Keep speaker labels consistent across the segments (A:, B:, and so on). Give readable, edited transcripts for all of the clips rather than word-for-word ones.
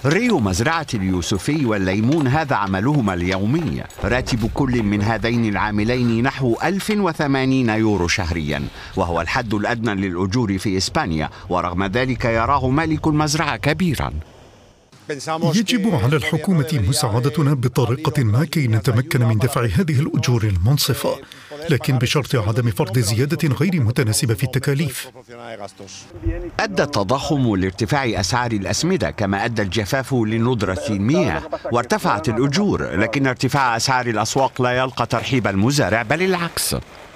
A: ريو مزرعة اليوسفي والليمون هذا عملهما اليومي. راتب كل من هذين العاملين نحو 1080 يورو شهريا، وهو الحد الأدنى للأجور في إسبانيا، ورغم ذلك يراه مالك المزرعة كبيرا.
B: يجب على الحكومة مساعدتنا بطريقة ما كي نتمكن من دفع هذه الأجور المنصفة، لكن بشرط عدم فرض زيادة غير متناسبة في التكاليف.
A: أدى التضخم لارتفاع أسعار الأسمدة، كما أدى الجفاف لندرة المياه، وارتفعت الأجور، لكن ارتفاع أسعار الأسواق لا يلقى ترحيب المزارع، بل العكس.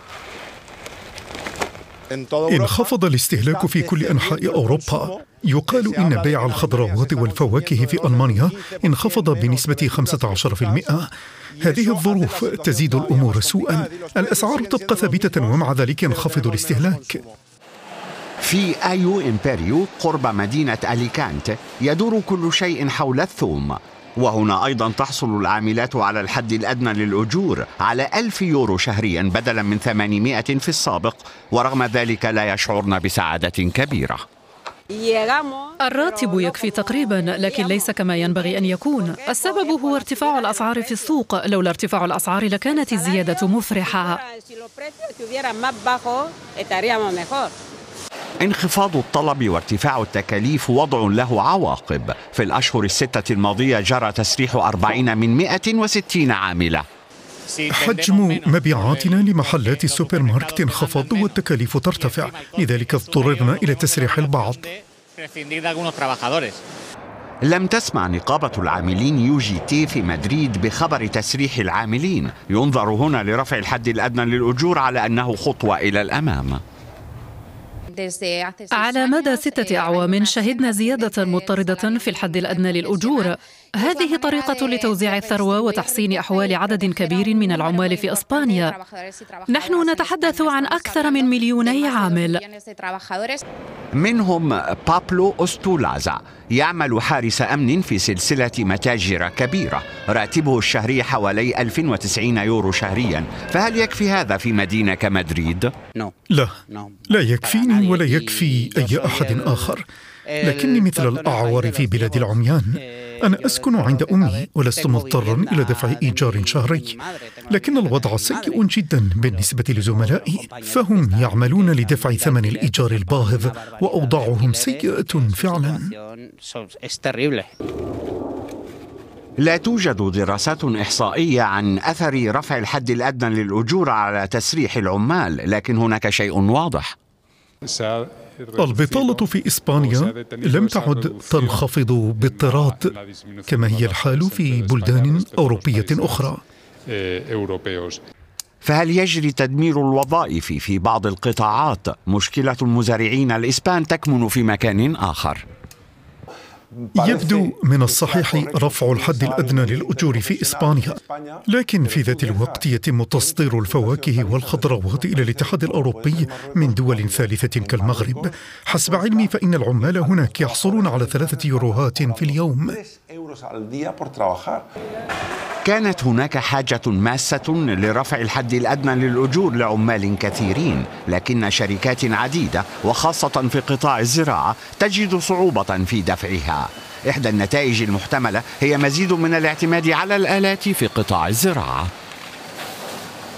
B: انخفض الاستهلاك في كل أنحاء أوروبا. يقال إن بيع الخضروات والفواكه في ألمانيا انخفض بنسبة 15%. هذه الظروف تزيد الأمور سوءا. الأسعار تبقى ثابتة ومع ذلك ينخفض الاستهلاك.
A: في آيو إمبريو قرب مدينة أليكانت يدور كل شيء حول الثوم، وهنا أيضا تحصل العاملات على الحد الأدنى للأجور على 1000 يورو شهريا بدلا من 800 في السابق، ورغم ذلك لا يشعرن بسعادة كبيرة.
C: الراتب يكفي تقريبا، لكن ليس كما ينبغي أن يكون. السبب هو ارتفاع الأسعار في السوق. لولا ارتفاع الأسعار لكانت الزيادة مفرحة.
A: انخفاض الطلب وارتفاع التكاليف وضع له عواقب. في الأشهر الستة الماضية جرى تسريح 40 من 160 عاملة.
B: حجم مبيعاتنا لمحلات السوبر ماركت انخفض والتكاليف ترتفع، لذلك اضطررنا إلى تسريح البعض.
A: لم تسمع نقابة العاملين UGT في مدريد بخبر تسريح العاملين. ينظر هنا لرفع الحد الأدنى للأجور على أنه خطوة إلى الأمام.
C: على مدى 6 أعوام شهدنا زيادة مضطردة في الحد الأدنى للأجور. هذه طريقة لتوزيع الثروة وتحسين أحوال عدد كبير من العمال في إسبانيا. نحن نتحدث عن أكثر من 2,000,000 عامل،
A: منهم بابلو أستولازا يعمل حارس أمن في سلسلة متاجر كبيرة. راتبه الشهري حوالي 1090 يورو شهريا. فهل يكفي هذا في مدينة كمدريد؟
B: لا يكفيني ولا يكفي أي أحد آخر، لكني مثل الأعوار في بلاد العميان. أنا أسكن عند أمي ولست مضطرا إلى دفع إيجار شهري، لكن الوضع سيء جدا بالنسبة لزملائي، فهم يعملون لدفع ثمن الإيجار الباهظ وأوضاعهم سيئة فعلا.
A: لا توجد دراسات إحصائية عن أثر رفع الحد الأدنى للأجور على تسريح العمال، لكن هناك شيء واضح.
B: البطالة في إسبانيا لم تعد تنخفض باضطراد كما هي الحال في بلدان أوروبية أخرى.
A: فهل يجري تدمير الوظائف في بعض القطاعات؟ مشكلة المزارعين الإسبان تكمن في مكان آخر.
B: يبدو من الصحيح رفع الحد الأدنى للأجور في إسبانيا، لكن في ذات الوقت يتم تصدير الفواكه والخضروات إلى الاتحاد الأوروبي من دول ثالثة كالمغرب. حسب علمي فإن العمال هناك يحصلون على 3 يوروهات في اليوم.
A: كانت هناك حاجة ماسة لرفع الحد الأدنى للأجور لعمال كثيرين، لكن شركات عديدة وخاصة في قطاع الزراعة تجد صعوبة في دفعها. إحدى النتائج المحتملة هي مزيد من الاعتماد على الآلات في قطاع الزراعة.